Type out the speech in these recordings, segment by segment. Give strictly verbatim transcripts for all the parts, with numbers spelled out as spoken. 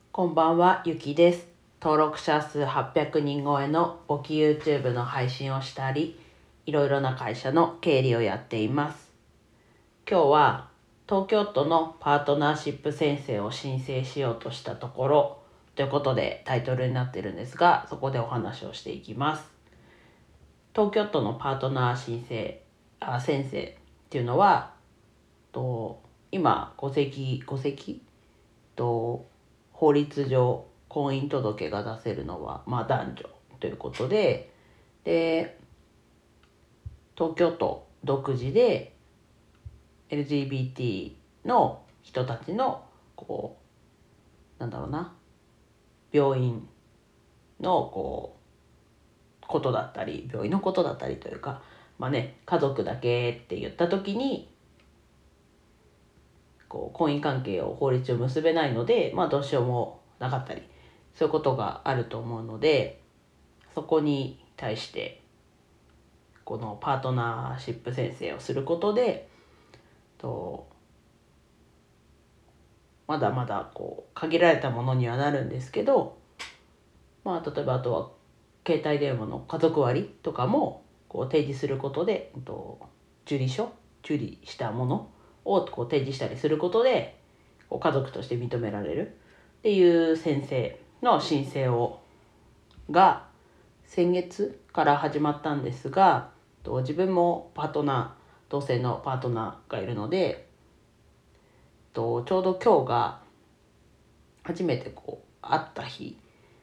こんばんは、ゆきです。登録者数はっぴゃくにん超えの簿記 YouTube の配信をしたり、いろいろな会社の経理をやっています。今日は東京都のパートナーシップ宣誓を申請しようとしたところということでタイトルになっているんですが、そこでお話をしていきます。東京都のパートナー申請あ宣誓っていうのはと今戸籍戸籍と法律上婚姻届が出せるのは、まあ、男女ということで、で東京都独自で エルジービーティー の人たちのこうなんだろうな病院のこうことだったり病院のことだったりというか、まあね、家族だけって言った時にこう婚姻関係を法律を結べないので、まあ、どうしようもなかったりそういうことがあると思うので、そこに対してこのパートナーシップ宣誓をすることでとまだまだこう限られたものにはなるんですけど、まあ、例えばあとは携帯電話の家族割とかもこう提示することでと受理書受理したものをこう提示したりすることでこう家族として認められるっていう宣誓の申請をが先月から始まったんですが、自分もパートナー同性のパートナーがいるので、ちょうど今日が初めてこう会った日、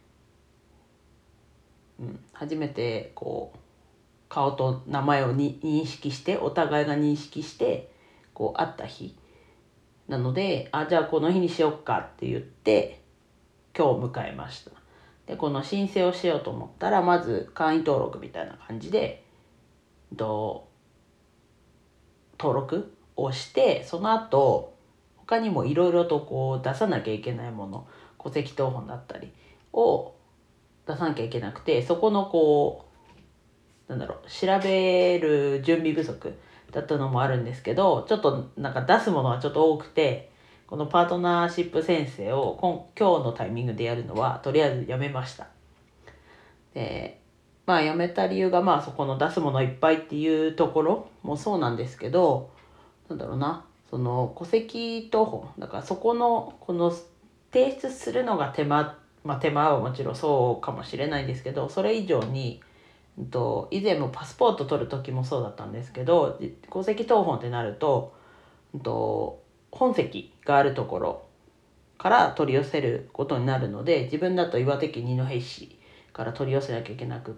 うん、初めてこう顔と名前をに認識してお互いが認識してこう会った日なので、あじゃあこの日にしよっかって言って今日迎えました。でこの申請をしようと思ったら、まず会員登録みたいな感じでと登録をして、その後他にもいろいろとこう出さなきゃいけないもの、戸籍謄本だったりを出さなきゃいけなくて、そこのこうなんだろう調べる準備不足だったのもあるんですけど、ちょっとなんか出すものはちょっと多くて、このパートナーシップ宣誓を今今日のタイミングでやるのはとりあえずやめました。でまあやめた理由が、まあそこの出すものいっぱいっていうところもそうなんですけど、なんだろうなその戸籍謄本だから、そこのこの提出するのが手間、まあ手間はもちろんそうかもしれないんですけど、それ以上にと以前もパスポート取る時もそうだったんですけど、戸籍謄本ってなるとと本籍があるところから取り寄せることになるので、自分だと岩手県二戸市から取り寄せなきゃいけなくって、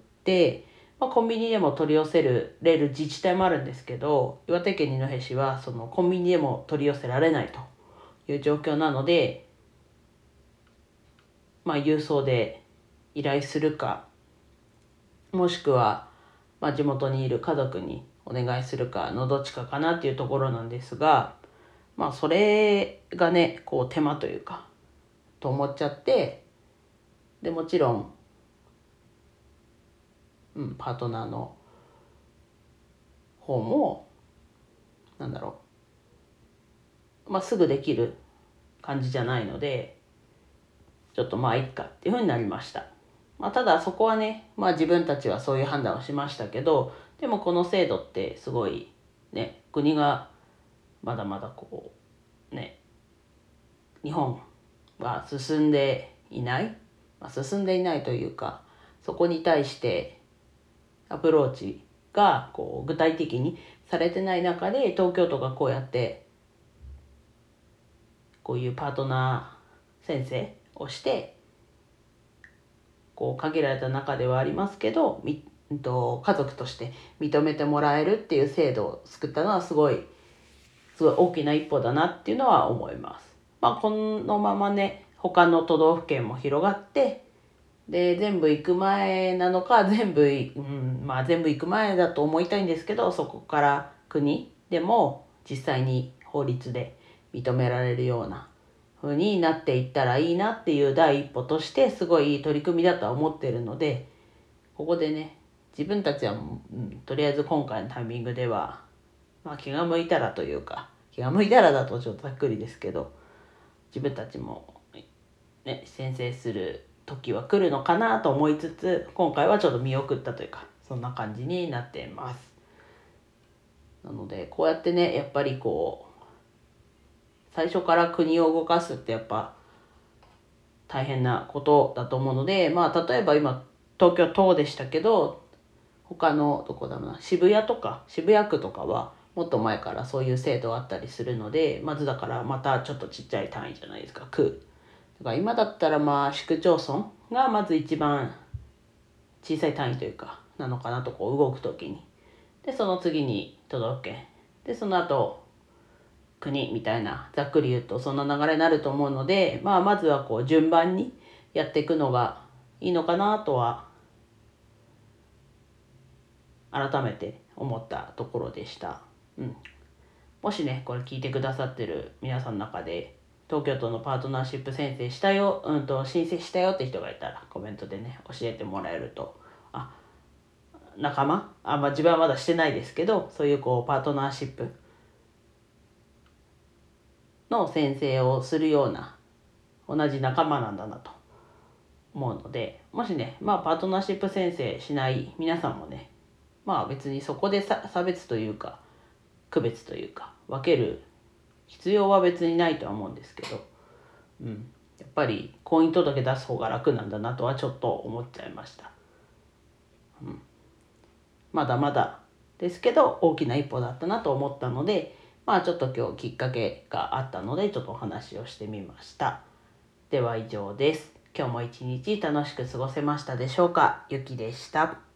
まあ、コンビニでも取り寄せるれる自治体もあるんですけど、岩手県二戸市はそのコンビニでも取り寄せられないという状況なので、まあ、郵送で依頼するか、もしくは、まあ、地元にいる家族にお願いするかのどっちかかなっていうところなんですが、まあそれがねこう手間というかと思っちゃって、でもちろん、うん、パートナーの方もなんだろう、まあ、すぐできる感じじゃないので、ちょっとまあいっかっていうふうになりました。まあ、ただそこはね、まあ、自分たちはそういう判断をしましたけど、でもこの制度ってすごいね、国がまだまだこうね日本は進んでいない、まあ、進んでいないというか、そこに対してアプローチがこう具体的にされてない中で、東京都がこうやってこういうパートナー宣誓をしてこう限られた中ではありますけど、みと家族として認めてもらえるっていう制度を作ったのはすごいすごい大きな一歩だなっていうのは思います。まあ、このままね他の都道府県も広がって、で全部行く前なのか全部、うんまあ、全部行く前だと思いたいんですけど、そこから国でも実際に法律で認められるような風になっていったらいいなっていう第一歩として、すごいいい取り組みだとは思っているので、ここでね自分たちは、うん、とりあえず今回のタイミングでは、まあ、気が向いたらというか、気が向いたらだとちょっとざっくりですけど、自分たちもね、宣誓する時は来るのかなと思いつつ、今回はちょっと見送ったというか、そんな感じになっています。なのでこうやってね、やっぱりこう最初から国を動かすってやっぱ大変なことだと思うので、まあ例えば今東京都でしたけど、他のどこだろうな、渋谷とか渋谷区とかはもっと前からそういう制度あったりするので、まずだからまたちょっとちっちゃい単位じゃないですか、区だから。今だったらまあ市区町村がまず一番小さい単位というかなのかなと、こう動く時に。でその次に都道府県で、その後国みたいな、ざっくり言うとそんな流れになると思うので、まあまずはこう順番にやっていくのがいいのかなとは改めて思ったところでした。うん、もしねこれ聞いてくださってる皆さんの中で東京都のパートナーシップ宣誓したよ、うんと申請したよって人がいたらコメントでね教えてもらえると、あ、仲間あ、まあ、自分はまだしてないですけど、そういうこうパートナーシップの宣誓をするような同じ仲間なんだなと思うので、もしね、まあ、パートナーシップ宣誓しない皆さんもね、まあ別にそこでさ差別というか区別というか分ける必要は別にないとは思うんですけど、うん、やっぱり婚姻届出す方が楽なんだなとはちょっと思っちゃいました。うん、まだまだですけど大きな一歩だったなと思ったので、まあちょっと今日きっかけがあったのでちょっとお話をしてみました。では以上です。今日も一日楽しく過ごせましたでしょうか。ゆきでした。